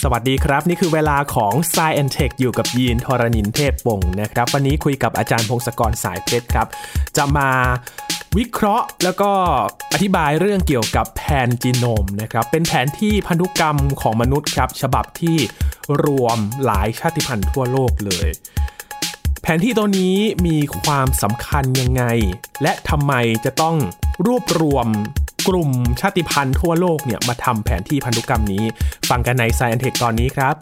สวัสดีครับนี่คือเวลาของ Science and Tech อยู่กับยีนทรณินเทพวงศ์นะครับวันนี้คุยกับอาจารย์พงศกรสายเพชรครับจะมาวิเคราะห์แล้วก็อธิบายเรื่องเกี่ยวกับแผนจีโนมนะครับเป็นแผนที่พันธุกรรมของมนุษย์ครับฉบับที่รวมหลายชาติพันธุ์ทั่วโลกเลยแผนที่ตัวนี้มีความสำคัญยังไงและทำไมจะต้องรวบรวมกลุ่มชาติพันธุ์ทั่วโลกเนี่ยมาทำแผนที่พันธุกรรมนี้ฟังกันใน Science Tech ตอนนี้ครับ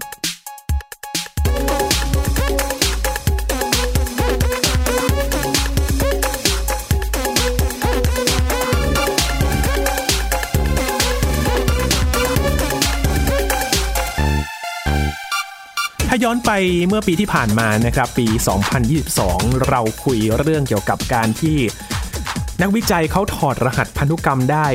ถ้าย้อนไปเมื่อปีที่ผ่านมานะครับปี 2022 เราคุยเรื่องเกี่ยวกับการที่นักวิจัยเขาถอดรหัสพันธุกรรมได้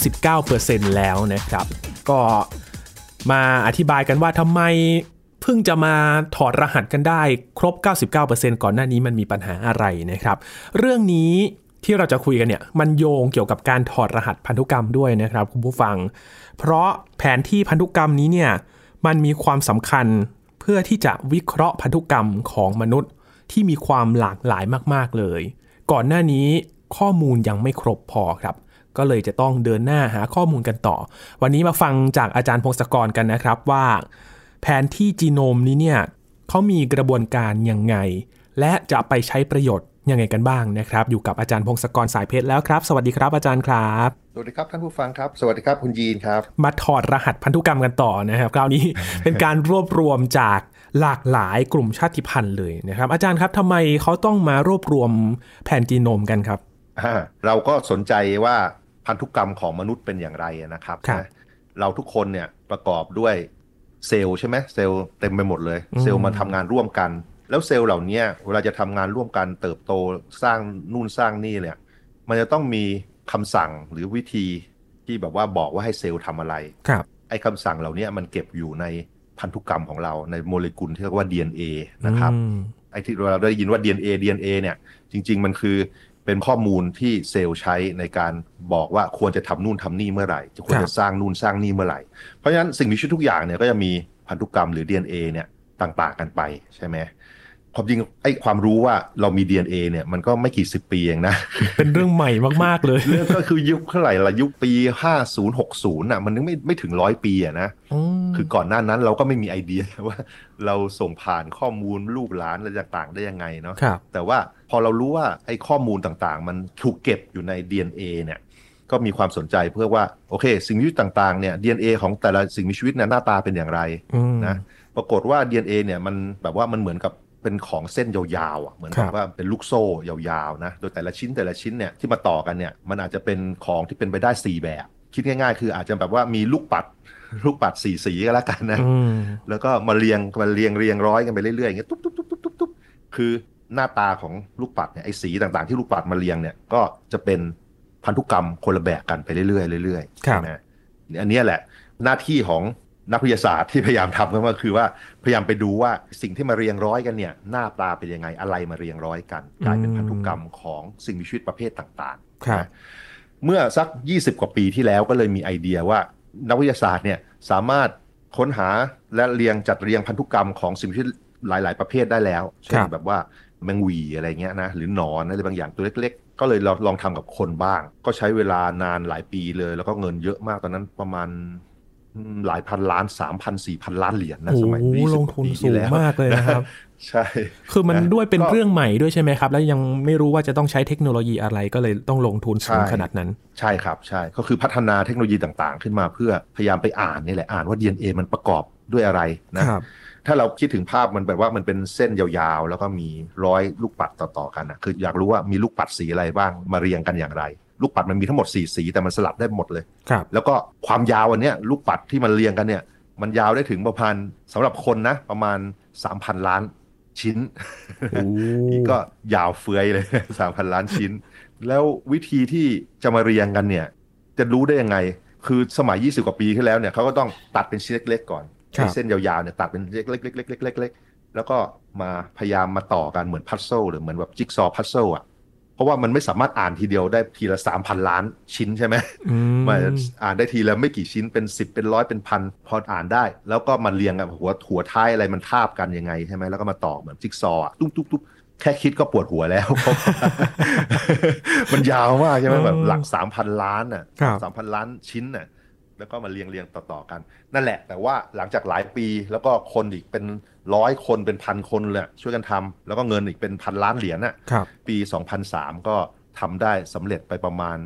99% แล้วนะครับก็มาอธิบายกันว่าทำไมเพิ่งจะมาถอดรหัสกันได้ครบ 99% ก่อนหน้านี้มันมีปัญหาอะไรนะครับเรื่องนี้ที่เราจะคุยกันเนี่ยมันโยงเกี่ยวกับการถอดรหัสพันธุกรรมด้วยนะครับคุณผู้ฟังเพราะแผนที่พันธุกรรมนี้เนี่ยมันมีความสำคัญเพื่อที่จะวิเคราะห์พันธุกรรมของมนุษย์ที่มีความหลากหลายมากๆเลยก่อนหน้านี้ข้อมูลยังไม่ครบพอครับก็เลยจะต้องเดินหน้าหาข้อมูลกันต่อวันนี้มาฟังจากอาจารย์พงศกรกันนะครับว่าแผนที่จีโนมนี้เนี่ยเขามีกระบวนการยังไงและจะไปใช้ประโยชน์ยังไงกันบ้างนะครับอยู่กับอาจารย์พงศกรสายเพชรแล้วครับสวัสดีครับอาจารย์ครับสวัสดีครับท่านผู้ฟังครับสวัสดีครับคุณยีนครับมาถอดรหัสพันธุกรรมกันต่อนะครับคราวนี้ เป็นการรวบรวมจากหลากหลายกลุ่มชาติพันธุ์เลยนะครับอาจารย์ครับทำไมเขาต้องมารวบรวมแผนจีโนมกันครับเราก็สนใจว่าพันธุกรรมของมนุษย์เป็นอย่างไรนะครับเราทุกคนเนี่ยประกอบด้วยเซลล์ใช่ไหมเซลล์เต็มไปหมดเลยเซลล์มันทำงานร่วมกันแล้วเซลล์เหล่านี้เวลาจะทำงานร่วมกันเติบโตสร้างนู่นสร้างนี่เนี่ยมันจะต้องมีคำสั่งหรือวิธีที่แบบว่าบอกว่าให้เซลล์ทำอะไรไอ้คำสั่งเหล่านี้มันเก็บอยู่ในพันธุกรรมของเราในโมเลกุลที่เรียกว่า DNA นะครับไอ้ที่เราได้ยินว่า DNA เนี่ยจริงๆมันคือเป็นข้อมูลที่เซลล์ใช้ในการบอกว่าควรจะทำนู่นทำนี่เมื่อไหร่จะควรจะสร้างนู่นสร้างนี่เมื่อไหร่เพราะฉะนั้นสิ่งมีชีวิตทุกอย่างเนี่ยก็จะมีพันธุกรรมหรือ DNA เนี่ยต่างๆกันไปใช่ไหมความจริงไอ้ความรู้ว่าเรามี DNA เนี่ยมันก็ไม่กี่สิบปีเองนะเป็นเรื่องใหม่มากๆเลยเรื่องก็คือยุคเท่าไหร่ละยุคปี50 60น่ะมันยังไม่ถึง100 ปีอะนะคือก่อนหน้านั้นเราก็ไม่มีไอเดียว่าเราส่งผ่านข้อมูลลูกหลานอะไรต่างๆได้ยังไงเนาะแต่ว่าพอเรารู้ว่าไอ้ข้อมูลต่างๆมันถูกเก็บอยู่ใน DNA เนี่ยก็มีความสนใจเพื่อว่าโอเคสิ่งมีชีวิตต่างๆเนี่ย DNA ของแต่ละสิ่งมีชีวิตเนี่ยหน้าตาเป็นอย่างไรนะปรากฏว่า DNA เนี่ยมันแบบว่ามันเหมือนกับเป็นของเส้นยาวๆอ่ะเหมือนกับว่าเป็นลูกโซ่ยาวๆนะโดยแต่ละชิ้นเนี่ยที่มาต่อกันเนี่ยมันอาจจะเป็นของที่เป็นไปได้4แบบคิดง่ายๆคืออาจจะแบบว่ามีลูกปัด4 สีก็แล้วกันนะแล้วก็มาเรียงร้อยกันไปเรื่อยๆอย่างเงี้ยตุ๊บคือหน้าตาของลูกปัดเนี่ยไอ้สีต่างๆที่ลูกปัดมาเรียงเนี่ยก็จะเป็นพันธุกรรมคนละแบบกันไปเรื่อยๆใช่ไหมอันนี้แหละหน้าที่ของนักวิทยาศาสตร์ที่พยายามทำก็คือว่าพยายามไปดูว่าสิ่งที่มาเรียงร้อยกันเนี่ยหน้าตาเป็นยังไงอะไรมาเรียงร้อยกันกลายเป็นพันธุกรรมของสิ่งมีชีวิตประเภทต่างๆนะเมื่อสัก20 กว่าปีที่แล้วก็เลยมีไอเดียว่านักวิทยาศาสตร์เนี่ยสามารถค้นหาและจัดเรียงพันธุกรรมของสิ่งมีชีวิตหลายๆประเภทได้แล้วเช่นแบบว่าแมงวีอะไรเงี้ยนะหรือหนอนอะไรบางอย่างตัวเล็กๆก็เลยลองทำกับคนบ้างก็ใช้เวลานานหลายปีเลยแล้วก็เงินเยอะมากตอนนั้นประมาณหลายพันล้าน 3,000-4,000 ล้านเหรียญนะสมัย20 ลงทุนสูงมากเลยนะครับใช่คือมันด้วยเป็นเรื่องใหม่ด้วยใช่ไหมครับแล้วยังไม่รู้ว่าจะต้องใช้เทคโนโลยีอะไรก็เลยต้องลงทุนสูงขนาดนั้นใช่ครับใช่ก็คือพัฒนาเทคโนโลยีต่างๆขึ้นมาเพื่อพยายามไปอ่านนี่แหละอ่านว่า DNA มันประกอบด้วยอะไรนะถ้าเราคิดถึงภาพมันแบบว่ามันเป็นเส้นยาวๆแล้วก็มีร้อยลูกปัดต่อๆกันนะคืออยากรู้ว่ามีลูกปัดสีอะไรบ้างมาเรียงกันอย่างไรลูกปัดมันมีทั้งหมด4 สีแต่มันสลับได้หมดเลยแล้วก็ความยาวอันเนี้ยลูกปัดที่มันเรียงกันเนี่ยมันยาวได้ถึงประมาณสำหรับคนนะประมาณ 3,000 ล้านชิ้น นี่ก็ยาวเฟื้อยเลย 3,000 ล้านชิ้นแล้ววิธีที่จะมาเรียงกันเนี่ยจะรู้ได้ยังไงคือสมัย20 กว่าปีที่แล้วเนี่ยเขาก็ต้องตัดเป็นชิ้นเล็กๆก่อนเส้นยาวๆเนี่ยตัดเป็นเล็กๆๆๆๆแล้วก็มาพยายามมาต่อกันเหมือนพัซเซิลหรือเหมือนแบบจิ๊กซอว์พัซเซิลอ่ะเพราะว่ามันไม่สามารถอ่านทีเดียวได้ทีละ 3,000 ล้านชิ้นใช่ไหมมันอ่านได้ทีละไม่กี่ชิ้นเป็น10เป็นร้อยเป็นพันพออ่านได้แล้วก็มาเรียงกับหัวท้ายอะไรมันทาบกันยังไงใช่ไหมแล้วก็มาต่อเหมือนจิ๊กซอว์ตุ๊บตุ๊บตุ๊บแค่คิดก็ปวดหัวแล้วเพราะมันยาวมากใช่ไหมแบบหลัก 3,000 ล้านอ่ะ3,000 ล้านชิ้นน่ะแล้วก็มาเรียงต่อกันนั่นแหละแต่ว่าหลังจากหลายปีแล้วก็คนอีกเป็น100 คนเป็น1,000 คนเลยช่วยกันทำแล้วก็เงินอีกเป็น1,000 ล้านเหรียญน่ะปี2003ก็ทำได้สำเร็จไปประมาณ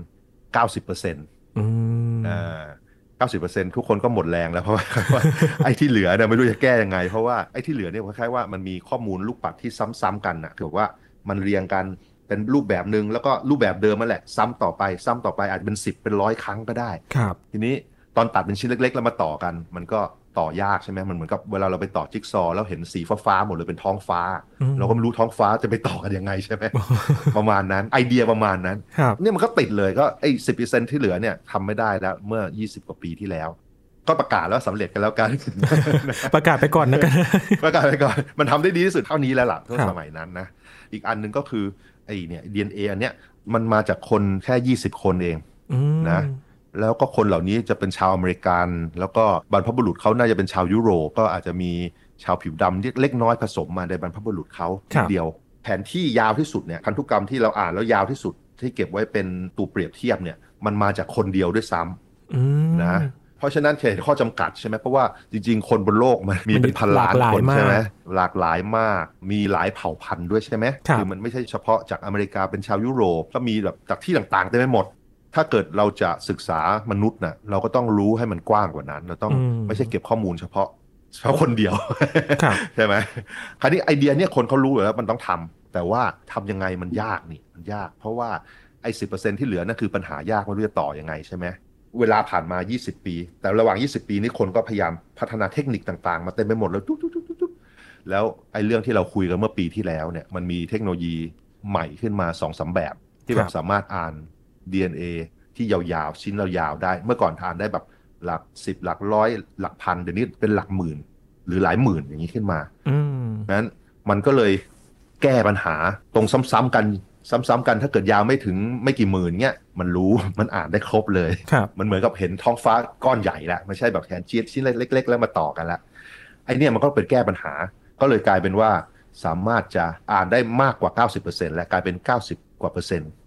90%90%ทุกคนก็หมดแรงแล้วเพราะว่าไอ้ที่เหลือเนี่ยไม่รู้จะแก้ยังไงเพราะว่าไอ้ที่เหลือเนี่ยคล้ายๆว่ามันมีข้อมูลลูกปัดที่ซ้ำๆกันนะถือว่ามันเรียงกันเป็นรูปแบบหนึ่งแล้วก็รูปแบบเดิมนั่นแหละซ้ำต่อไปอาจจะเป็น10เป็น100 ครั้งก็ได้ทีนี้ตอนตัดเป็นชิ้นเล็กๆแล้วมาต่อกันมันก็ต่อยากใช่ไหมมันเหมือนกับเวลาเราไปต่อจิ๊กซอว์แล้วเห็นสีฟ้าๆหมดเลยเป็นท้องฟ้าเราก็ไม่รู้ท้องฟ้าจะไปต่อกันยังไงใช่ไหม ประมาณนั้นไอเดียประมาณนั้นเนี่ยมันก็ติดเลยก็ไอ้10%ที่เหลือเนี่ยทำไม่ได้แล้วเมื่อ20 กว่าปีที่แล้วก็ประกาศแล้วสำเร็จกันแล้วกันประกาศไปก่อนนะกันประกาศไปก่อนมันทำได้ดีที่สุดเท่านี้แล้วล่ะในสมัยนั้นนะอีกอันนึงก็คือไอ้เนี่ย DNA อันเนี้ยมันมาจากคนแค่20 คนเองนะแล้วก็คนเหล่านี้จะเป็นชาวอเมริกันแล้วก็บรรพบุรุษเขาน่าจะเป็นชาวยุโรปก็อาจจะมีชาวผิวดำเล็กน้อยผสมมาในบรรพบุรุษเขาทีเดียวแผนที่ยาวที่สุดเนี่ยพันธุกรรมที่เราอ่านแล้วยาวที่สุดที่เก็บไว้เป็นตัวเปรียบเทียบเนี่ยมันมาจากคนเดียวด้วยซ้ำนะเพราะฉะนั้นเห็นข้อจำกัดใช่ไหมเพราะว่าจริงๆคนบนโลกมันมีเป็นพันล้านคนใช่ไหมหลากหลายมากมีหลายเผ่าพันธุ์ด้วยใช่ไหมคือมันไม่ใช่เฉพาะจากอเมริกาเป็นชาวยุโรปก็มีแบบจากที่ต่างๆเต็มไปหมดถ้าเกิดเราจะศึกษามนุษย์นะเราก็ต้องรู้ให้มันกว้างกว่านั้นเราต้องไม่ใช่เก็บข้อมูลเฉพาะคนเดียวใช่ไหมคราวนี้ไอเดียเนี่ยคนเขารู้อยู่แล้วมันต้องทำแต่ว่าทำยังไงมันยากนี่มันยากเพราะว่าไอ้10%ที่เหลือนั่นคือปัญหายากไม่รู้จะต่อยังไงใช่ไหมเวลาผ่านมา20 ปีแต่ระหว่าง20 ปีนี้คนก็พยายามพัฒนาเทคนิคต่างๆมาเต็มไปหมดแล้วแล้วไอ้เรื่องที่เราคุยกันเมื่อปีที่แล้วเนี่ยมันมีเทคโนโลยีใหม่ขึ้นมา 2-3 แบบที่แบบสามารถอ่าน DNA ที่ยาวๆชิ้นยาวๆได้เมื่อก่อนทานได้แบบหลัก10หลักร้อยหลักพันเดี๋ยวนี้เป็นหลักหมื่นหรือหลายหมื่นอย่างนี้ขึ้นมานั้นมันก็เลยแก้ปัญหาตรงซ้ำๆกันถ้าเกิดยาวไม่ถึงไม่กี่หมื่นเงี้ยมันรู้มันอ่านได้ครบเลยมันเหมือนกับเห็นท้องฟ้าก้อนใหญ่แล้วไม่ใช่แบบแขนชิ้นเล็กๆแล้วมาต่อกันละไอเนี่ยมันก็เป็นแก้ปัญหาก็เลยกลายเป็นว่าสามารถจะอ่านได้มากกว่า 90% และกลายเป็น90 กว่าเปอร์เซ็นต์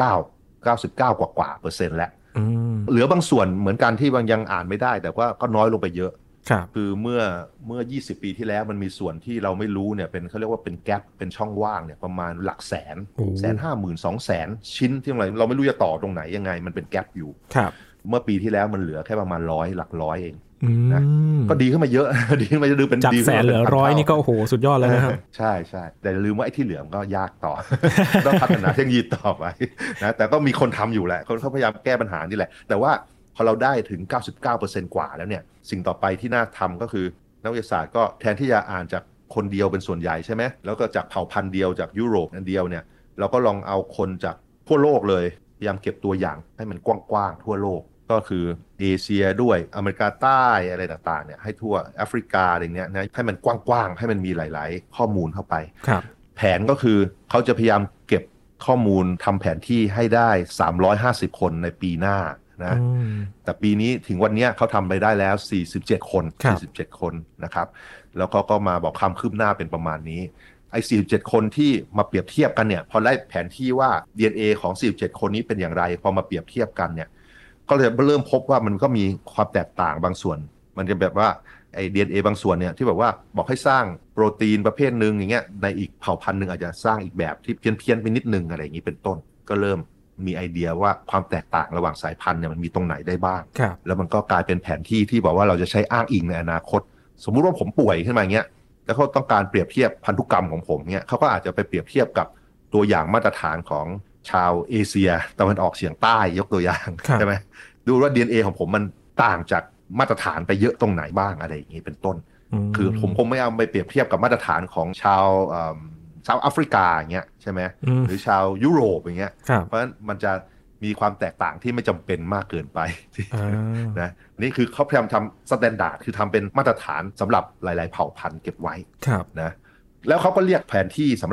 99กว่าเปอร์เซ็นต์แล้วเหลือบางส่วนเหมือนกันที่บางยังอ่านไม่ได้แต่ว่าก็น้อยลงไปเยอะคือเมื่อ20 ปีที่แล้วมันมีส่วนที่เราไม่รู้เนี่ยเป็นเขาเรียกว่าเป็นแกปเป็นช่องว่างเนี่ยประมาณหลักแสน150,000 200,000 ชิ้นที่เราไม่รู้จะต่อตรงไหนยังไงมันเป็นแกปอยู่เมื่อปีที่แล้วมันเหลือแค่ประมาณ100หลักร้อยเองนะก็ดีขึ้นมาเยอะดีขึ้นมาจะดูเป็นจากแสนเหลือ100นี่ก็โอ้โหสุดยอดแล้วนะครับใช่แต่ลืมว่าไอ้ที่เหลือก็ยากต่อ ต้องพัฒนาเทคโนโลยีต่อไปนะแต่ก็มีคนทำอยู่แหละคนเขาพยายามแก้ปัญหานี่แหละแต่ว่าพอเราได้ถึง 99% กว่าแล้วเนี่ยสิ่งต่อไปที่น่าทำก็คือนักวิทยาศาสตร์ก็แทนที่จะอ่านจากคนเดียวเป็นส่วนใหญ่ใช่ไหมแล้วก็จากเผ่าพันธุ์เดียวจากยุโรปอันเดียวเนี่ยเราก็ลองเอาคนจากทั่วโลกเลยพยายามเก็บตัวอย่างให้มันกว้างๆทั่วโลกก็คือเอเชียด้วยอเมริกาใต้อะไรต่างๆเนี่ยให้ทั่วแอฟริกาอะไรเงี้ยนะให้มันกว้างๆให้มันมีหลายๆข้อมูลเข้าไปแผนก็คือเขาจะพยายามเก็บข้อมูลทำแผนที่ให้ได้350 คนในปีหน้านะแต่ปีนี้ถึงวันนี้เขาทำไปได้แล้ว47 คนนะครับแล้วก็มาบอกความคืบหน้าเป็นประมาณนี้ไอ้47 คนที่มาเปรียบเทียบกันเนี่ยพอได้แผนที่ว่า DNA ของ47 คนนี้เป็นอย่างไรพอมาเปรียบเทียบกันเนี่ยก็เลยเริ่มพบว่ามันก็มีความแตกต่างบางส่วนมันจะแบบว่าไอ้ DNA บางส่วนเนี่ยที่แบบว่าบอกให้สร้างโปรตีนประเภทหนึ่งอย่างเงี้ยในอีกเผ่าพันธุ์หนึ่งอาจจะสร้างอีกแบบที่เพี้ยนไปนิดนึงอะไรอย่างนี้เป็นต้นก็เริ่มมีไอเดียว่าความแตกต่างระหว่างสายพันธุ์เนี่ยมันมีตรงไหนได้บ้างแล้วมันก็กลายเป็นแผนที่ที่บอกว่าเราจะใช้อ้างอิงในอนาคตสมมุติว่าผมป่วยขึ้นมาอย่างเงี้ยแล้วเขาต้องการเปรียบเทียบพันธุกรรมของผมเนี่ยเขาก็อาจจะไปเปรียบเทียบกับตัวอย่างมาตรฐานของชาวเอเชียตะวันออกเฉียงใต้ยกตัวอย่างใช่ไหมดูว่า DNA ของผมมันต่างจากมาตรฐานไปเยอะตรงไหนบ้างอะไรอย่างนี้เป็นต้นคือผมคงไม่เอาไปเปรียบเทียบกับมาตรฐานของชาวแอฟริกาอย่างเงี้ยใช่ไหมหรือชาวยุโรปอย่างเงี้ยเพราะฉะนั้นมันจะมีความแตกต่างที่ไม่จำเป็นมากเกินไปนะนี่คือเขาพยายามทำสแตนดาร์ดคือทำเป็นมาตรฐานสำหรับหลายๆเผ่าพันธุ์เก็บไว้นะแล้วเขาก็เรียกแผนที่สำหรับ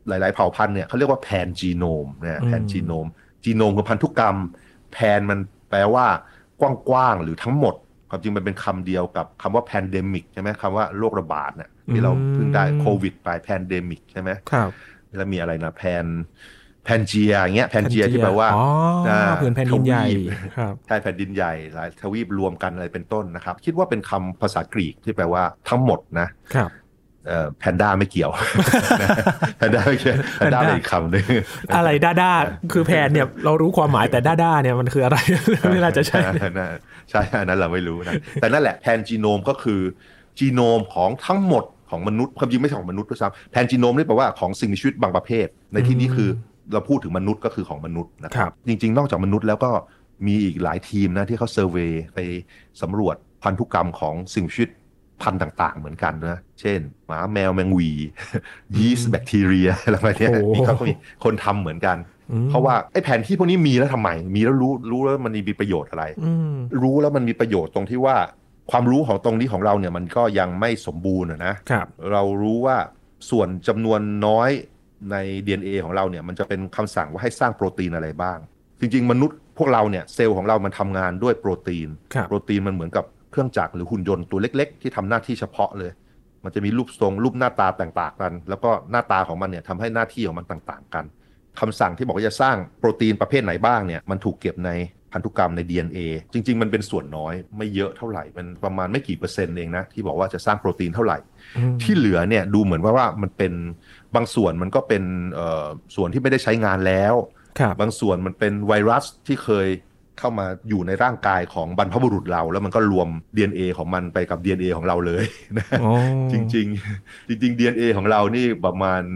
หลายๆเผ่าพันธุ์เนี่ยเขาเรียกว่าแพนจีโนมนะแพนจีโนมจีโนมคือพันธุกรรมแพนมันแปลว่ากว้างๆหรือทั้งหมดความจริงมันเป็นคำเดียวกับคำว่าแพนเดมิกใช่ไหมคำว่าโรคระบาดเนี่ยที่เราเพิ่งได้โควิดไปแพนเดมิกใช่ไหมครับแล้วมีอะไรนะแพนเจียอย่างเงี้ยแพนเจียที่แปลว่าผืนแผ่นดินใหญ่ครับใช่แผ่นดินใหญ่หลายทวีปรวมกันอะไรเป็นต้นนะครับคิดว่าเป็นคำภาษากรีกที่แปลว่าทั้งหมดนะครับแพนด้าไม่เกี่ยวแพนด้าไม่เกี่ยวแพนด้าเป็นอีกคำหนึ่งอะไรด้าคือแพนเนี่ยเรารู้ความหมายแต่ด้าเนี่ยมันคืออะไรไม่น่าจะใช่ใช่อันนั้นเราไม่รู้นะแต่นั่นแหละแพนจีโนมก็คือจีโนมของทั้งหมดของมนุษย์ความจริงไม่ใช่ของมนุษย์ด้วยซ้ำแพนจีโนมนี่แปลว่าของสิ่งมีชีวิตบางประเภทในที่นี้คือเราพูดถึงมนุษย์ก็คือของมนุษย์นะครับจริงๆนอกจากมนุษย์แล้วก็มีอีกหลายทีมนะที่เขาเซอร์เวย์ไปสำรวจพันธุกรรมของสิ่งมีชีวิตพันธุ์ต่างๆเหมือนกันนะเช่นหมาแมวแมงวียีสต์แบคทีเรียอะไรแบบนี้มีเขาก็มีคนทำเหมือนกันเพราะว่าไอ้แผนที่พวกนี้มีแล้วทำไมมีแล้วรู้แล้วมันมีประโยชน์อะไรรู้แล้วมันมีประโยชน์ตรงที่ว่าความรู้ของตรงนี้ของเราเนี่ยมันก็ยังไม่สมบูรณ์นะเรารู้ว่าส่วนจำนวนน้อยใน DNA ของเราเนี่ยมันจะเป็นคำสั่งว่าให้สร้างโปรตีนอะไรบ้างจริงๆมนุษย์พวกเราเนี่ยเซลล์ของเรามันทำงานด้วยโปรตีนมันเหมือนกับเครื่องจักรหรือหุ่นยนต์ตัวเล็กๆที่ทำหน้าที่เฉพาะเลยมันจะมีรูปทรงรูปหน้าตาต่างๆกันแล้วก็หน้าตาของมันเนี่ยทำให้หน้าที่ของมันต่างๆกันคำสั่งที่บอกว่าจะสร้างโปรตีนประเภทไหนบ้างเนี่ยมันถูกเก็บในพันธุกรรมใน DNA จริงๆมันเป็นส่วนน้อยไม่เยอะเท่าไหร่มันประมาณไม่กี่เปอร์เซ็นต์เองนะที่บอกว่าจะสร้างโปรตีนเท่าไหร่ที่เหลือเนี่ยดูเหมือนว่ามันเป็นบางส่วนมันก็เป็นส่วนที่ไม่ได้ใช้งานแล้วบางส่วนมันเป็นไวรัสที่เคยเข้ามาอยู่ในร่างกายของบรรพบุรุษเราแล้วมันก็รวม DNA ของมันไปกับ DNA ของเราเลยนะจริงๆ DNA ของเรานี่ประมาณ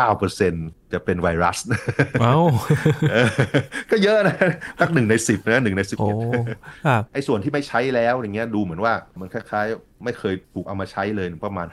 9% จะเป็นไวรัสก็เยอะนะสัก1 ใน 10นะ1 ใน 11ไอ้ส่วนที่ไม่ใช้แล้วอย่างเงี้ยดูเหมือนว่ามันคล้ายๆไม่เคยถูกเอามาใช้เลยประมาณ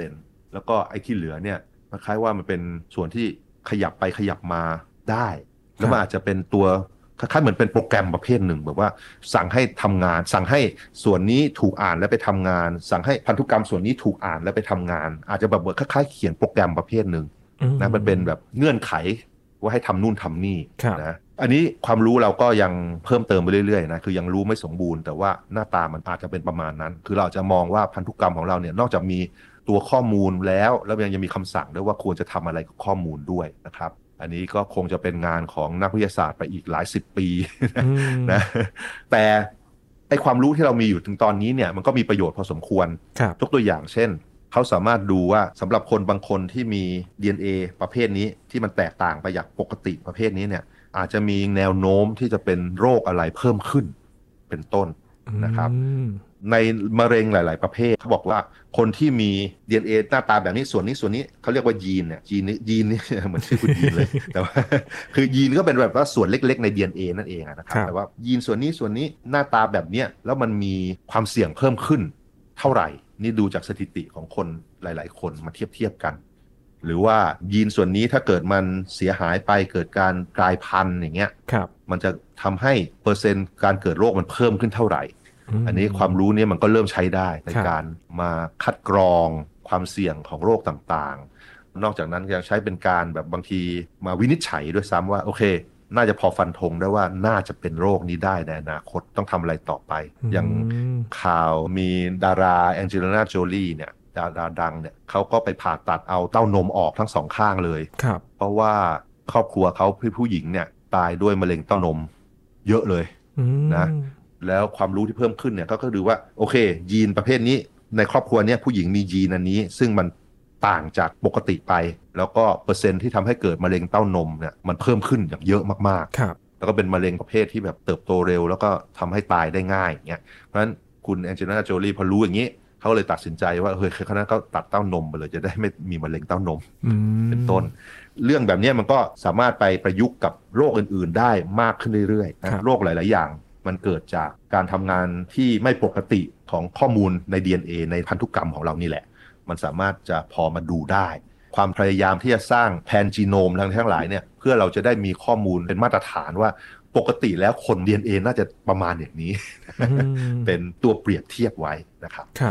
5% แล้วก็ไอ้ที่เหลือเนี่ยคล้ายๆว่ามันเป็นส่วนที่ขยับไปขยับมาได้แล้วมันอาจจะเป็นตัวคล้ายๆเหมือนเป็นโปรแกรมประเภทหนึ่งแบบว่าสั่งให้ทำงานสั่งให้ส่วนนี้ถูกอ่านแล้วไปทำงานสั่งให้พันธุกรรมส่วนนี้ถูกอ่านแล้วไปทำงานอาจจะแบบคล้ายๆเขียนโปรแกรมประเภทหนึ่งนะมันเป็นแบบเงื่อนไขว่าให้ทำนู่นทำนี่นะอันนี้ความรู้เราก็ยังเพิ่มเติมไปเรื่อยๆนะคือยังรู้ไม่สมบูรณ์แต่ว่าหน้าตามันอาจจะเป็นประมาณนั้นคือเราจะมองว่าพันธุกรรมของเราเนี่ยนอกจากมีตัวข้อมูลแล้วยังมีคำสั่งด้วยว่าควรจะทำอะไรกับข้อมูลด้วยนะครับอันนี้ก็คงจะเป็นงานของนักวิทยาศาสตร์ไปอีกหลาย10 ปีนะแต่ไอความรู้ที่เรามีอยู่ถึงตอนนี้เนี่ยมันก็มีประโยชน์พอสมควรยกตัวอย่างเช่นเขาสามารถดูว่าสำหรับคนบางคนที่มี DNA ประเภทนี้ที่มันแตกต่างไปจากปกติประเภทนี้เนี่ยอาจจะมีแนวโน้มที่จะเป็นโรคอะไรเพิ่มขึ้นเป็นต้นนะครับในมะเร็งหลายๆประเภทเขาบอกว่าคนที่มี DNA หน้าตาแบบนี้ส่วนนี้เขาเรียกว่ายีนเนี่ยยีนนี่เหมือนชื่อคุณยีนเลยแต่ว่าคือยีนก็เป็นแบบว่าส่วนเล็กๆใน DNA นั่นเองนะครับแต่ว่ายีนส่วนนี้หน้าตาแบบเนี้ยแล้วมันมีความเสี่ยงเพิ่มขึ้นเท่าไหร่นี่ดูจากสถิติของคนหลายๆคนมาเทียบกันหรือว่ายีนส่วนนี้ถ้าเกิดมันเสียหายไปเกิดการกลายพันธุ์อย่างเงี้ยมันจะทำให้เปอร์เซ็นต์การเกิดโรคมันเพิ่มขึ้นเท่าไหร่อันนี้ความรู้นี้มันก็เริ่มใช้ได้ในการมาคัดกรองความเสี่ยงของโรคต่างๆนอกจากนั้นยังใช้เป็นการแบบบางทีมาวินิจฉัยด้วยซ้ำว่าโอเคน่าจะพอฟันธงได้ว่าน่าจะเป็นโรคนี้ได้ในอนาคตต้องทำอะไรต่อไปอย่างข่าวมีดาราแองเจลิน่าโจลีเนี่ยดาราดังเนี่ยเขาก็ไปผ่าตัดเอาเต้านมออกทั้ง2 ข้างเลยเพราะว่าครอบครัวเขาผู้หญิงเนี่ยตายด้วยมะเร็งเต้านมเยอะเลยนะแล้วความรู้ที่เพิ่มขึ้นเนี่ยก็คือว่าโอเคยีนประเภทนี้ในครอบครัวเนี่ยผู้หญิงมียีนอันนี้ซึ่งมันต่างจากปกติไปแล้วก็เปอร์เซ็นต์ที่ทำให้เกิดมะเร็งเต้านมเนี่ยมันเพิ่มขึ้นอย่างเยอะมากๆแล้วก็เป็นมะเร็งประเภทที่แบบเติบโตเร็วแล้วก็ทำให้ตายได้ง่ายอย่างเงี้ยเพราะฉะนั้นคุณแองเจลิน่าโจลีพอรู้อย่างนี้เขาเลยตัดสินใจว่าเฮ้ยคณะก็ตัดเต้านมไปเลยจะได้ไม่มีมะเร็งเต้านมเป็นต้นเรื่องแบบนี้มันก็สามารถไปประยุกต์กับโรคอื่นๆได้มากขึ้นเรื่อยๆนะโรคหลายๆอย่างมันเกิดจากการทำงานที่ไม่ปกติของข้อมูลใน DNA ในพันธุกรรมของเรานี่แหละมันสามารถจะพอมาดูได้ความพยายามที่จะสร้างแพนจีโนมทั้งหลายเนี่ยเพื่อเราจะได้มีข้อมูลเป็นมาตรฐานว่าปกติแล้วคน DNA น่าจะประมาณอย่างนี้ เป็นตัวเปรียบเทียบไว้นะครับ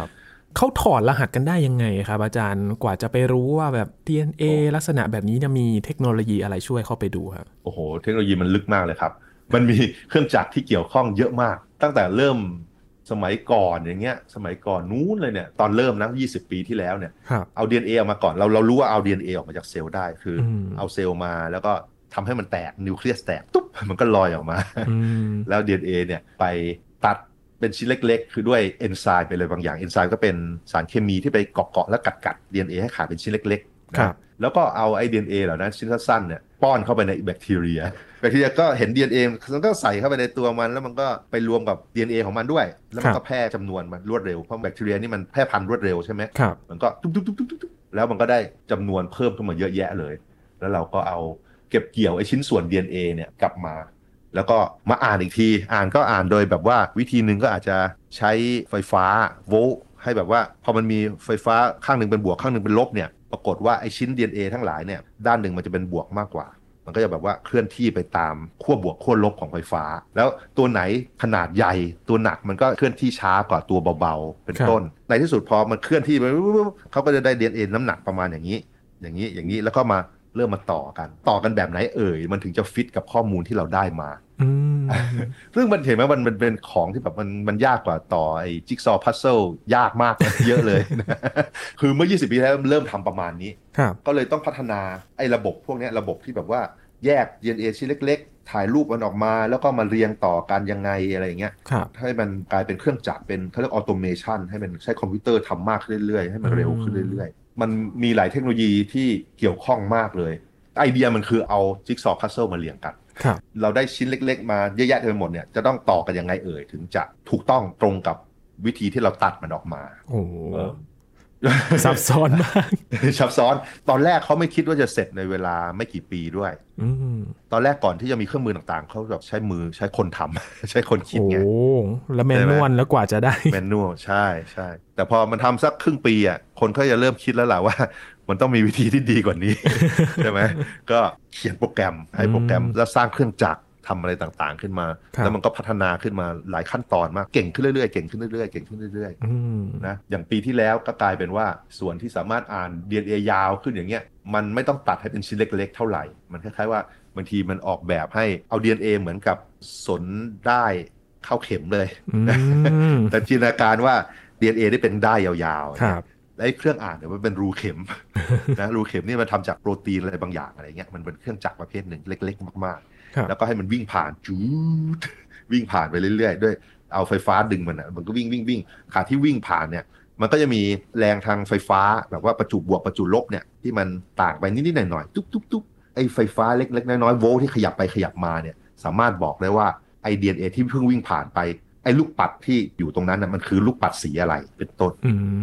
เขาถอดรหัสกันได้ยังไงครับอาจารย์กว่าจะไปรู้ว่าแบบ DNA ลักษณะแบบนี้มีเทคโนโลยีอะไรช่วยเข้าไปดูครับโอ้โหเทคโนโลยีมันลึกมากเลยครับมันมีเครื่องจักรที่เกี่ยวข้องเยอะมากตั้งแต่เริ่มสมัยก่อนอย่างเงี้ยสมัยก่อนนู้นเลยเนี่ยตอนเริ่มนะ20 ปีที่แล้วเนี่ยเอา DNA ออกมาก่อนเรารู้ว่าเอา DNA ออกมาจากเซลล์ได้คือเอาเซลล์มาแล้วก็ทำให้มันแตกนิวเคลียสแตกตุ๊บมันก็ลอยออกมาแล้ว DNA เนี่ยไปตัดเป็นชิ้นเล็กๆคือด้วยเอนไซม์ไปเลยบางอย่างเอนไซม์ก็เป็นสารเคมีที่ไปเกาะแล้วกัด DNA ให้ขาดเป็นชิ้นเล็กๆนะแล้วก็เอาไอ้ DNA เหล่านั้นชิ้นสั้นๆเนี่ยป้อนเข้าไปในแบคทีเรียก็เห็น DNA มันก็ใส่เข้าไปในตัวมันแล้วมันก็ไปรวมกับ DNA ของมันด้วยแล้วมันก็แพร่จำนวนมันรวดเร็วเพราะแบคทีเรียนี่มันแพร่พันธุ์รวดเร็วใช่ไหมมันก็ตุ๊บแล้วมันก็ได้จำนวนเพิ่มขึ้นมาเยอะแยะเลยแล้วเราก็เอาเก็บเกี่ยวไอ้ชิ้นส่วน DNA เนี่ยกลับมาแล้วก็มาอ่านอีกทีอ่านโดยแบบว่าวิธีหนึ่งก็อาจจะใช้ไฟฟ้าโวลต์ให้แบบว่าพอมันมีไฟฟ้าข้างหนึ่งเป็นบวกข้างหนึ่งเป็นลบเนี่ยปรากฏว่าไอ้ชิ้น DNA ทั้งหลายเนี่ยด้านหนึ่งมันจะเป็นบวกมากกว่ามันก็จะแบบว่าเคลื่อนที่ไปตามขั้วบวกขั้วลบของไฟฟ้าแล้วตัวไหนขนาดใหญ่ตัวหนักมันก็เคลื่อนที่ช้ากว่าตัวเบาๆเป็นต้นในที่สุดพอมันเคลื่อนที่ไปเขาก็จะได้ DNA น้ำหนักประมาณอย่างนี้แล้วก็มาเริ่มมาต่อกันแบบไหนมันถึงจะฟิตกับข้อมูลที่เราได้มาซึ่งมันเห็นไหมมันเป็นของที่แบบมันยากกว่าต่อไอ้จิ๊กซอว์พัซเซิลยากมากเยอะเลย คือเมื่อ20 ปีแล้วเริ่มทำประมาณนี้ก็เลยต้องพัฒนาไอ้ระบบพวกนี้ระบบที่แบบว่าแยก DNA ชิ้นเล็กๆถ่ายรูปมันออกมาแล้วก็มาเรียงต่อกันยังไงอะไรอย่างเงี้ยให้มันกลายเป็นเครื่องจักรเป็นเขาเรียกออโตเมชันให้มันใช้คอมพิวเตอร์ทำมากขึ้นเรื่อยๆให้มันเร็วขึ้นเรื่อยๆมันมีหลายเทคโนโลยีที่เกี่ยวข้องมากเลยไอเดียมันคือเอาจิ๊กซอว์พัซเซิลมาเรียงกันเราได้ชิ้นเล็กๆมาเยอะแยะเต็มไปหมดเนี่ยจะต้องต่อกันยังไงถึงจะถูกต้องตรงกับวิธีที่เราตัดมันออกมาโอ้ซับซ้อนมากซับซ้อนตอนแรกเขาไม่คิดว่าจะเสร็จในเวลาไม่กี่ปีด้วยตอนแรกก่อนที่จะมีเครื่องมือต่างๆเขาแบบใช้มือใช้คนทำใช้คนคิดไงโอ้แล้วแมนนวลแล้วกว่าจะได้แมนนวลใช่แต่พอมันทำสักครึ่งปีคนก็จะเริ่มคิดแล้วล่ะว่ามันต้องมีวิธีที่ดีกว่านี้ ใช่ไหมก็เขียนโปรแกรมให้โปรแกรมแล้วสร้างเครื่องจักรทำอะไรต่างๆขึ้นมาแล้วมันก็พัฒนาขึ้นมาหลายขั้นตอนมากเก่งขึ้นเรื่อยๆนะอย่างปีที่แล้วก็กลายเป็นว่าส่วนที่สามารถอ่าน DNA ยาวขึ้นอย่างเงี้ยมันไม่ต้องตัดให้เป็นชิ้นเล็กๆเท่าไหร่มันคล้ายๆว่าบางทีมันออกแบบให้เอา DNA เหมือนกับสนได้เข้าเข็มเลยแต่จินตนาการว่า DNA ได้เป็นได้ยาวๆไอ้เครื่องอ่านเนี่ยมันเป็นรูเข็มนะรูเข็มนี่มันทำจากโปรตีนอะไรบางอย่างอะไรเงี้ยมันเป็นเครื่องจักรประเภทหนึ่งเล็กๆมากๆแล้วก็ให้มันวิ่งผ่านจู๊ดวิ่งผ่านไปเรื่อยๆด้วยเอาไฟฟ้าดึงมันก็วิ่งขาที่วิ่งผ่านเนี่ยมันก็จะมีแรงทางไฟฟ้าแบบว่าประจุบวกประจุลบเนี่ยที่มันต่างไปนิดๆหน่อยๆตุ๊บไอ้ไฟฟ้าเล็กๆน้อยๆโวลต์ที่ขยับไปขยับมาเนี่ยสามารถบอกได้ว่าไอ DNA ที่เพิ่งวิ่งผ่านไปไอ้ลูกปัดที่อยู่ตรงนั้นนะมันคือลูกปัดสีอะไรเป็นต้น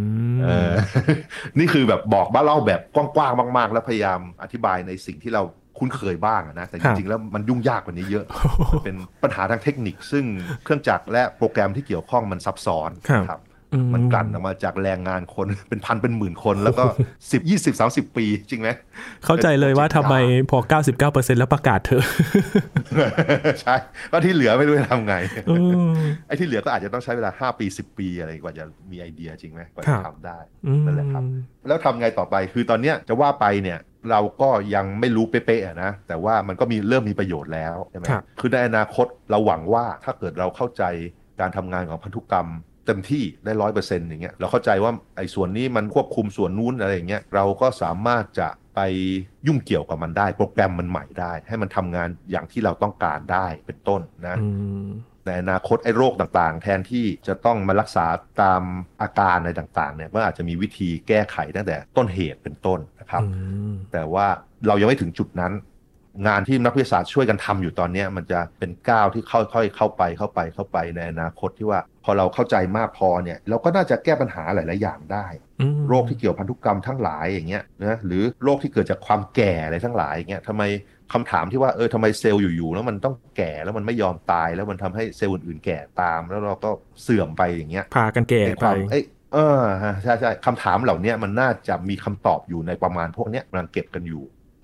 นี่คือแบบบอกบ้าเล่าแบบกว้างๆมากๆแล้วพยายามอธิบายในสิ่งที่เราคุ้นเคยบ้างนะแต่จริงๆแล้วมันยุ่งยากกว่านี้เยอะมันเป็นปัญหาทางเทคนิคซึ่งเครื่องจักรและโปรแกรมที่เกี่ยวข้องมันซับซ้อนครับมันกลั่นออกมาจากแรงงานคนเป็นพันเป็นหมื่นคนแล้วก็10 20 30 ปีจริงไหมเข้าใจเลยว่าทำไมพอ 99% แล้วประกาศเถอะใช่ก็ที่เหลือไม่รู้จะทำไงไอ้ที่เหลือก็อาจจะต้องใช้เวลา5 ปี 10 ปีอะไรกว่าจะมีไอเดียจริงไหมกว่าจะทำได้นั่นแหละครับแล้วทำไงต่อไปคือตอนเนี้ยจะว่าไปเนี่ยเราก็ยังไม่รู้เป๊ะๆนะแต่ว่ามันก็เริ่มมีประโยชน์แล้วใช่ไหมคือในอนาคตเราหวังว่าถ้าเกิดเราเข้าใจการทำงานของพันธุกรรมเต็มที่ได้ 100% อย่างเงี้ยเราเข้าใจว่าไอ้ส่วนนี้มันควบคุมส่วนนู้นอะไรอย่างเงี้ยเราก็สามารถจะไปยุ่งเกี่ยวกับมันได้โปรแกรมมันใหม่ได้ให้มันทำงานอย่างที่เราต้องการได้เป็นต้นนะในอนาคตไอ้โรคต่างๆแทนที่จะต้องมารักษาตามอาการอะไรต่างๆเนี่ยก็อาจจะมีวิธีแก้ไขตั้งแต่ต้นเหตุเป็นต้นนะครับแต่ว่าเรายังไม่ถึงจุดนั้นงานที่นักวิทยาศาสตร์ช่วยกันทำอยู่ตอนนี้มันจะเป็นก้าวที่ค่อยๆเข้าไปในอนาคตที่ว่าพอเราเข้าใจมากพอเนี่ยเราก็น่าจะแก้ปัญหาหลายๆอย่างได้โรคที่เกี่ยวพันธุกรรมทั้งหลายอย่างเงี้ยนะหรือโรคที่เกิดจากความแก่อะไรทั้งหลายอย่างเงี้ยทำไมคำถามที่ว่าทำไมเซลล์อยู่ๆแล้วมันต้องแก่แล้วมันไม่ยอมตายแล้วมันทำให้เซลล์อื่นๆแก่ตามแล้วเราก็เสื่อมไปอย่างเงี้ยพากันแก่ไปใช่คำถามเหล่านี้มันน่าจะมีคำตอบอยู่ในประมาณพวกนี้กำลังเก็บกันอยู่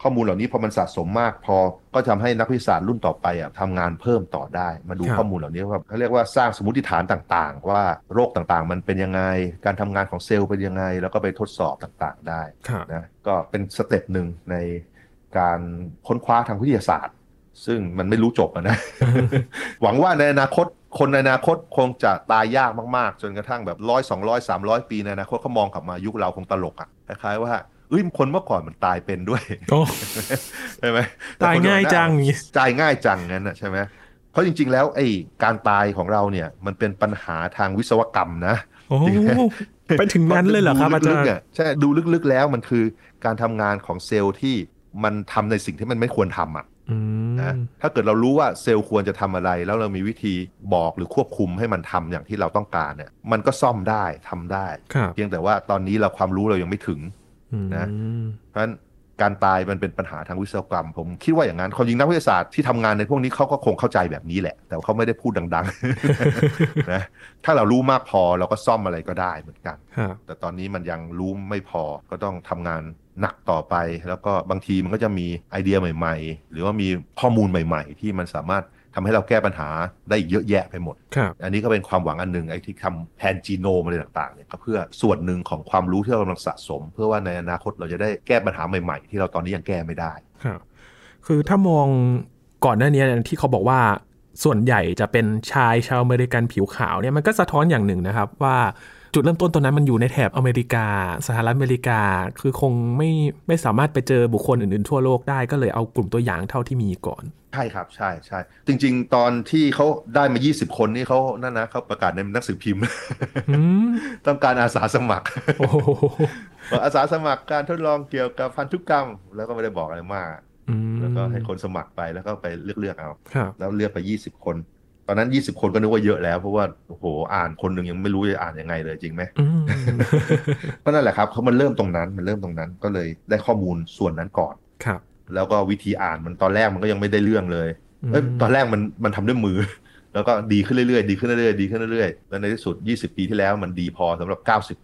ข้อมูลเหล่านี้พอมันสะสมมากพอก็ทำให้นักวิทยาศาสตร์รุ่นต่อไปทำงานเพิ่มต่อได้มาดูข้อมูลเหล่านี้ว่าเขาเรียกว่าสร้างสมมติฐานต่างๆว่าโรคต่างๆมันเป็นยังไงการทำงานของเซลล์เป็นยังไงแล้วก็ไปทดสอบต่างๆได้นะก็เป็นสเต็ปหนึ่งในการค้นคว้าทางวิทยาศาสตร์ซึ่งมันไม่รู้จบนะ หวังว่าในอนาคตคนในอนาคตคงจะตายยากมากๆจนกระทั่งแบบ100 200 300 ปีในอนาคตเขามองกลับมายุคเราคงตลกคล้ายๆว่าคนเมื่อก่อนมันตายเป็นด้วยใช่ไหมตายง่ายจังตายง่ายจังงั้นใช่ไหมเพราะจริงๆแล้วการตายของเราเนี่ยมันเป็นปัญหาทางวิศวกรรมนะไปถึงนั้นเลยเหรอครับอาจารย์ใช่ดูลึกๆแล้วมันคือการทำงานของเซลล์ที่มันทำในสิ่งที่มันไม่ควรทำนะถ้าเกิดเรารู้ว่าเซลล์ควรจะทำอะไรแล้วเรามีวิธีบอกหรือควบคุมให้มันทำอย่างที่เราต้องการเนี่ยมันก็ซ่อมได้ทำได้เพียงแต่ว่าตอนนี้เราความรู้เรายังไม่ถึงนะเพราะฉะนั้นการตายมันเป็นปัญหาทางวิศวกรรมผมคิดว่าอย่างนั้นความจริงนักวิทยาศาสตร์ที่ทำงานในพวกนี้เขาก็คงเข้าใจแบบนี้แหละแต่เขาไม่ได้พูดดังๆ นะถ้าเรารู้มากพอเราก็ซ่อมอะไรก็ได้เหมือนกันแต่ตอนนี้มันยังรู้ไม่พอก็ต้องทำงานหนักต่อไปแล้วก็บางทีมันก็จะมีไอเดียใหม่ๆหรือว่ามีข้อมูลใหม่ๆที่มันสามารถทำให้เราแก้ปัญหาได้เยอะแยะไปหมดอันนี้ก็เป็นความหวังอันหนึ่งไอ้ที่ทำแทนจีโนมอะไรต่างๆเนี่ยก็เพื่อส่วนหนึ่งของความรู้ที่เรากำลังสะสมเพื่อว่าในอนาคตเราจะได้แก้ปัญหาใหม่ๆที่เราตอนนี้ยังแก้ไม่ได้คือถ้ามองก่อนหน้านี้ที่เขาบอกว่าส่วนใหญ่จะเป็นชายชาวอเมริกันผิวขาวเนี่ยมันก็สะท้อนอย่างหนึ่งนะครับว่าจุดเริ่มต้นตอนนั้นมันอยู่ในแถบอเมริกาสหรัฐอเมริกาคือคงไม่สามารถไปเจอบุคคลอื่นๆทั่วโลกได้ก็เลยเอากลุ่มตัวอย่างเท่าที่มีก่อนใช่ครับใช่ใช่จริงๆตอนที่เขาได้มา20 คนนี่เขานั่นนะเขาประกาศในหนังสือพิมพ์ต้องการอาสาสมัครอาสาสมัครการทดลองเกี่ยวกับพันธุกรรมแล้วก็ไม่ได้บอกอะไรมากแล้วก็ให้คนสมัครไปแล้วก็ไปเลือกเอาแล้วเลือกไป20 คนตอนนั้น20 คนก็นึกว่าเยอะแล้วเพราะว่าโอ้โหอ่านคนหนึ่งยังไม่รู้จะอ่านยังไงเลยจริงไหมก็นั่นแหละครับเขามันเริ่มตรงนั้นก็เลยได้ข้อมูลส่วนนั้นก่อนแล้วก็วิธีอ่านมันตอนแรกมันก็ยังไม่ได้เรื่องเลยตอนแรกมันทำด้วยมือแล้วก็ดีขึ้นเรื่อยๆดีขึ้นเรื่อยๆดีขึ้นเรื่อยๆแล้วในที่สุด20 ปีที่แล้วมันดีพอสำหรับ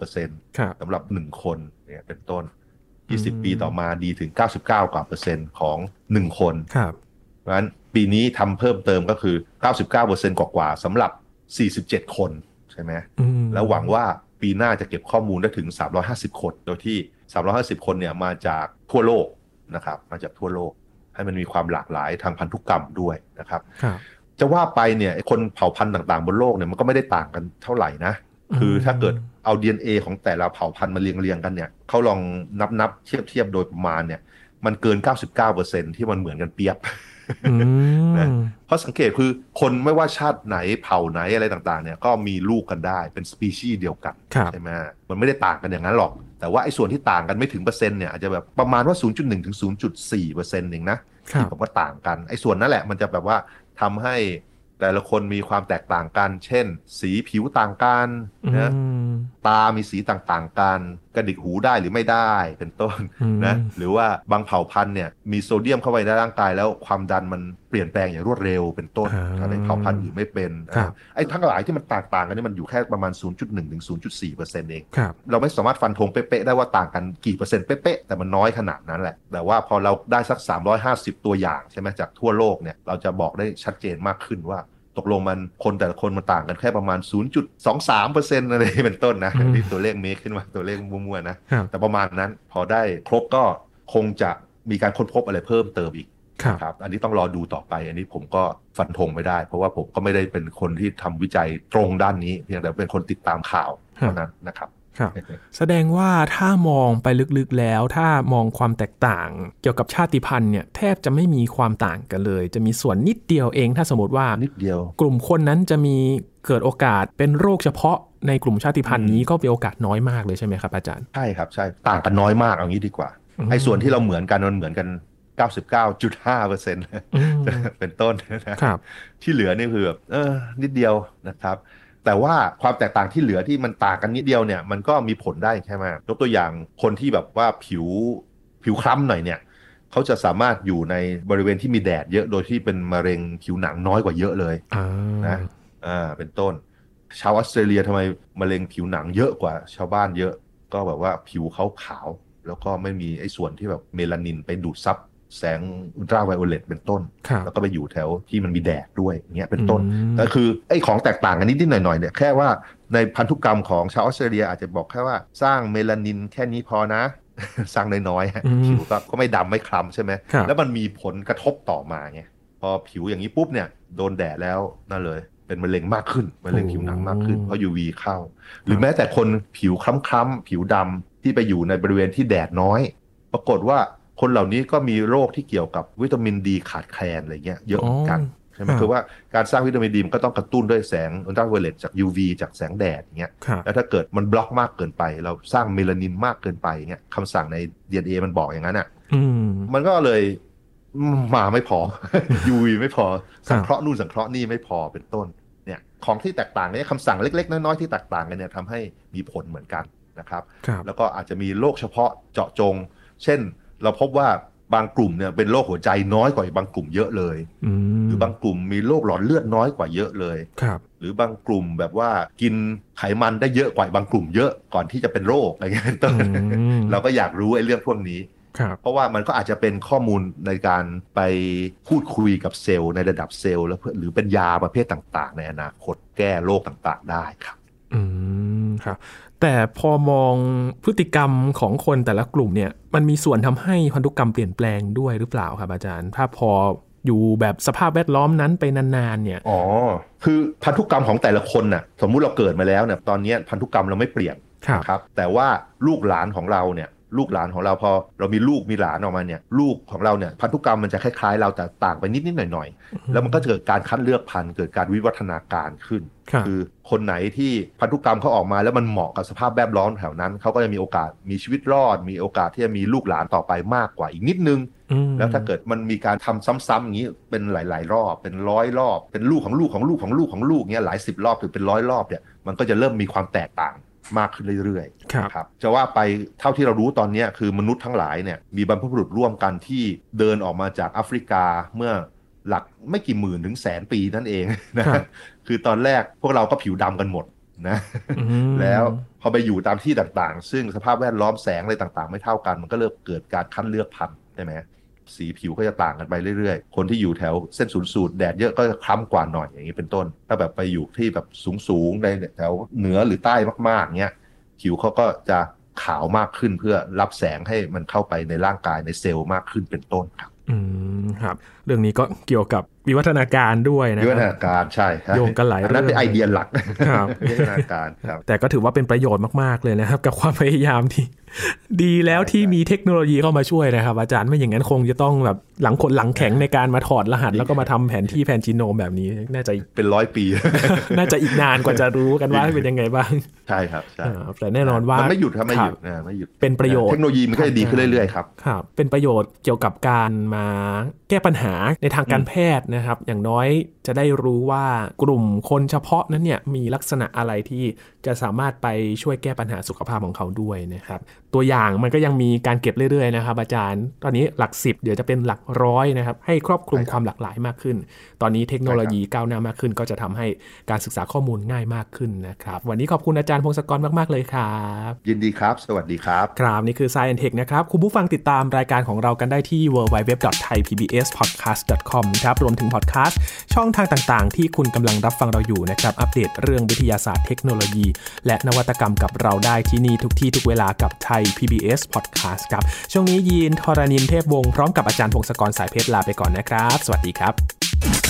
90% สำหรับ1 คนเนี่ยเป็นต้น20 ปีต่อมาดีถึง 99% ของ1 คนเพราะฉะนั้นปีนี้ทำเพิ่มเติมก็คือ 99% กว่าๆสำหรับ47 คนใช่ไหมแล้วหวังว่าปีหน้าจะเก็บข้อมูลได้ถึง350 คนโดยที่350 คนเนี่ยมาจากทั่วโลกนะครับมาจากทั่วโลกให้มันมีความหลากหลายทางพันธุกรรมด้วยนะครับจะว่าไปเนี่ยคนเผ่าพันธุ์ต่างๆบนโลกเนี่ยมันก็ไม่ได้ต่างกันเท่าไหร่นะคือถ้าเกิดเอา DNA ของแต่ละเผ่าพันธุ์มาเรียงกันเนี่ยเขาลองนับเทียบโดยประมาณเนี่ยมันเกิน 99% ที่มันเหมือนกันเปียบนะเพราะสังเกตคือคนไม่ว่าชาติไหนเผ่าไหนอะไรต่างๆเนี่ยก็มีลูกกันได้เป็นสปีชีส์เดียวกันใช่ไหมมันไม่ได้ต่างกันอย่างนั้นหรอกแต่ว่าไอ้ส่วนที่ต่างกันไม่ถึงเปอร์เซ็นต์เนี่ยอาจจะแบบประมาณว่า 0.1 ถึง 0.4% เองนะที่ผมว่าต่างกันไอ้ส่วนนั้นแหละมันจะแบบว่าทำให้แต่ละคนมีความแตกต่างกันเช่นสีผิวต่างกันนะตามีสีต่างๆกันกระดิกหูได้หรือไม่ได้เป็นต้นนะหรือว่าบางเผ่าพันธุ์เนี่ยมีโซเดียมเข้าไปในร่างกายแล้วความดันมันเปลี่ยนแปลงอย่างรวดเร็วเป็นต้นในเผ่าพันธุ์อื่นไม่เป็นไอ้ทั้งหลายที่มันต่างกันนี่มันอยู่แค่ประมาณ 0.1 ถึง 0.4% เองเราไม่สามารถฟันธงเป๊ะๆได้ว่าต่างกันกี่เปอร์เซ็นต์เป๊ะๆแต่มันน้อยขนาดนั้นแหละแต่ว่าพอเราได้สัก350ตัวอย่างใช่ไหมจากทั่วโลกเนี่ยเราจะบอกได้ชัดเจนมากขึ้นว่าตกลงมันคนแต่ละคนมันต่างกันแค่ประมาณ 0.23% อะไรเป็นต้นนะที่ตัวเลขเมคขึ้นมาตัวเลขมั่วๆนะแต่ประมาณนั้นพอได้ครบก็คงจะมีการค้นพบอะไรเพิ่มเติมอีกครับอันนี้ต้องรอดูต่อไปอันนี้ผมก็ฟันธงไม่ได้เพราะว่าผมก็ไม่ได้เป็นคนที่ทำวิจัยตรงด้านนี้เพียงแต่เป็นคนติดตามข่าวเท่านั้นนะครับแสดงว่าถ้ามองไปลึกๆแล้วถ้ามองความแตกต่างเกี่ยวกับชาติพันธุ์เนี่ยแทบจะไม่มีความต่างกันเลยจะมีส่วนนิดเดียวเองถ้าสมมติว่านิดเดียวกลุ่มคนนั้นจะมีเกิดโอกาสเป็นโรคเฉพาะในกลุ่มชาติพันธุ์นี้ก็เป็นโอกาสน้อยมากเลยใช่ไหมครับอาจารย์ใช่ครับใช่ต่างกันน้อยมากเอางี้ดีกว่าไอ้ส่วนที่เราเหมือนกันมันเหมือนกัน 99.5% เป็นต้นนะครับที่เหลือนี่คือแบบนิดเดียวนะครับแต่ว่าความแตกต่างที่เหลือที่มันต่างกันนิดเดียวเนี่ยมันก็มีผลได้ใช่ไหมยกตัวอย่างคนที่แบบว่าผิวคล้ำหน่อยเนี่ยเขาจะสามารถอยู่ในบริเวณที่มีแดดเยอะโดยที่เป็นมะเร็งผิวหนังน้อยกว่าเยอะเลยนะเป็นต้นชาวออสเตรเลียทำไมมะเร็งผิวหนังเยอะกว่าชาวบ้านเยอะก็แบบว่าผิวเขาขาวแล้วก็ไม่มีไอ้ส่วนที่แบบเมลานินไปดูดซับแสงอุลตราไวโอเลตเป็นต้นแล้วก็ไปอยู่แถวที่มันมีแดดด้วยอย่างเงี้ยเป็นต้นก็คือไอ้ของแตกต่างกันนิดๆหน่อยๆเนี่ยแค่ว่าในพันธุกรรมของชาวออสเตรเลียอาจจะบอกแค่ว่าสร้างเมลานินแค่นี้พอนะ สร้างน้อยๆผิวก็ไม่ดำไม่คล้ำใช่ไหมแล้วมันมีผลกระทบต่อมาไงพอผิวอย่างนี้ปุ๊บเนี่ยโดนแดดแล้วนั่นเลยเป็นมะเร็งมากขึ้นมะเร็งผิวหนังมากขึ้นเพราะ UV เข้าหรือแม้แต่คนผิวคล้ำๆผิวดำที่ไปอยู่ในบริเวณที่แดดน้อยปรากฏว่าคนเหล่านี้ก็มีโรคที่เกี่ยวกับวิตามินดีขาดแคลนอะไรเงี้ยเยอะเหมือนกันใช่ไหมคือว่าการสร้างวิตามินดีมันก็ต้องกระตุ้นด้วยแสงอุลตราไวโอเลตจาก UV จากแสงแดดอย่างเงี้ยแล้วถ้าเกิดมันบล็อกมากเกินไปเราสร้างเมลานินมากเกินไปเงี้ยคำสั่งใน DNA มันบอกอย่างนั้นอ่ะมันก็เลยมาไม่พอ UV ไม่พอสังเคราะห์นู่นสังเคราะห์นี่ไม่พอเป็นต้นเนี่ยของที่แตกต่างเนี่ยคำสั่งเล็กๆน้อยๆที่แตกต่างกันเนี่ยทำให้มีผลเหมือนกันนะครับแล้วก็อาจจะมีโรคเฉพาะเจาะจงเช่นเราพบว่าบางกลุ่มเนี่ยเป็นโรคหัวใจน้อยกว่าบางกลุ่มเยอะเลยหรือบางกลุ่มมีโรคหลอดเลือดน้อยกว่าเยอะเลยหรือบางกลุ่มแบบว่ากินไขมันได้เยอะกว่าบางกลุ่มเยอะก่อนที่จะเป็นโรคอะไรเงี้ยต้นเราก็อยากรู้ไอ้เรื่องพวกนี้เพราะว่ามันก็อาจจะเป็นข้อมูลในการไปพูดคุยกับเซลล์ในระดับเซลล์แล้วหรือเป็นยาประเภทต่างๆในอนาคตแก้โรคต่างๆได้ครับครับแต่พอมองพฤติกรรมของคนแต่ละกลุ่มเนี่ยมันมีส่วนทำให้พันธุกรรมเปลี่ยนแปลงด้วยหรือเปล่าครับอาจารย์ถ้าพออยู่แบบสภาพแวดล้อมนั้นไปนานๆเนี่ยคือพันธุกรรมของแต่ละคนน่ะสมมุติเราเกิดมาแล้วเนี่ยตอนนี้พันธุกรรมเราไม่เปลี่ยนครับแต่ว่าลูกหลานของเราเนี่ยลูกหลานของเราพอเรามีลูกมีหลานออกมาเนี่ยลูกของเราเนี่ยพันธุกรรมมันจะคล้ายๆเราแต่ต่างไปนิดๆหน่อยๆแล้วมันก็เกิดการคัดเลือกพันธุ์เกิดการวิวัฒนาการขึ้นคือคนไหนที่พันธุกรรมเขาออกมาแล้วมันเหมาะกับสภาพแวดล้อมแถวนั้นเขาก็จะมีโอกาสมีชีวิตรอดมีโอกาสที่จะมีลูกหลานต่อไปมากกว่าอีกนิดนึงแล้วถ้าเกิดมันมีการทำซ้ำๆอย่างนี้เป็นหลายๆรอบเป็น100 รอบเป็นลูกของลูกของลูกของลูกของลูกเงี้ยหลาย10 รอบหรือเป็น100 รอบเนี่ยมันก็จะเริ่มมีความแตกต่างมากขึ้นเรื่อยๆครับจะว่าไปเท่าที่เรารู้ตอนนี้คือมนุษย์ทั้งหลายเนี่ยมีบรรพบุรุษร่วมกันที่เดินออกมาจากแอฟริกาเมื่อหลักไม่กี่หมื่นถึงแสนปีนั่นเองนะคือตอนแรกพวกเราก็ผิวดำกันหมดนะแล้วพอไปอยู่ตามที่ต่างๆซึ่งสภาพแวดล้อมแสงอะไรต่างๆไม่เท่ากันมันก็เริ่มเกิดการคัดเลือกพันธุ์ใช่ไหมสีผิวก็จะต่างกันไปเรื่อยๆคนที่อยู่แถวเส้นศูนย์สูตรแดดเยอะก็จะคล้ำกว่าหน่อยอย่างนี้เป็นต้นถ้าแบบไปอยู่ที่แบบสูงๆในแถวเหนือหรือใต้มากๆเงี้ยผิวเขาก็จะขาวมากขึ้นเพื่อรับแสงให้มันเข้าไปในร่างกายในเซลล์มากขึ้นเป็นต้นครับครับเรื่องนี้ก็เกี่ยวกับวิวัฒนาการด้วยนะวิวัฒนาการใช่โยงกันหลายเรื่องนั่นเป็นไอเดียหลักวิวัฒนาการครับแต่ก็ถือว่าเป็นประโยชน์มากๆเลยนะครับกับความพยายามที่ดีแล้วที่มีเทคโนโลยีเข้ามาช่วยนะครับอาจารย์ไม่อย่างนั้นคงจะต้องแบบหลังขนหลังแข็งในการมาถอดรหัสแล้วก็มาทำแผนที่แผนจีโนมแบบนี้น่าจะเป็น100 ปีน่าจะอีกนานกว่าจะรู้กันว่าเป็นยังไงบ้างใช่ครับใช่แต่แน่นอนว่ามันไม่หยุดครับไม่หยุดไม่หยุดเป็นประโยชน์เทคโนโลยีมันก็จะดีขึ้นเรื่อยๆครับครับเป็นประโยชน์เกี่ยวกับการมาแก้ปัญหาในทางการแพทย์นะครับอย่างน้อยจะได้รู้ว่ากลุ่มคนเฉพาะนั้นเนี่ยมีลักษณะอะไรที่จะสามารถไปช่วยแก้ปัญหาสุขภาพของเขาด้วยนะครับตัวอย่างมันก็ยังมีการเก็บเรื่อยๆนะครับอาจารย์ตอนนี้หลัก10เดี๋ยวจะเป็นหลัก100นะครับให้ครอบคลุมความหลากหลายมากขึ้นตอนนี้เทคโนโลยีก้าวหน้ามากขึ้นก็จะทำให้การศึกษาข้อมูลง่ายมากขึ้นนะครับวันนี้ขอบคุณอาจารย์พงศกรมากๆเลยครับยินดีครับสวัสดีครับครับนี่คือ Science Tech นะครับคุณผู้ฟังติดตามรายการของเรากันได้ที่ www.thaipbspodcast.com ครับรวมถึงพอดแคสต์ช่องทางต่างๆที่คุณกำลังรับฟังเราอยู่นะครับอัปเดตเรื่องวิทยาศาสตร์เทคโนโลยีและนวัตกรรมกับเราได้ที่นี่ทุกที่ทุกเวลากับไทย PBS Podcast ครับช่วงนี้ยีนทรณินเทพวงศ์พร้อมกับอาจารย์พงศกรสายเพชรลาไปก่อนนะครับสวัสดีครับ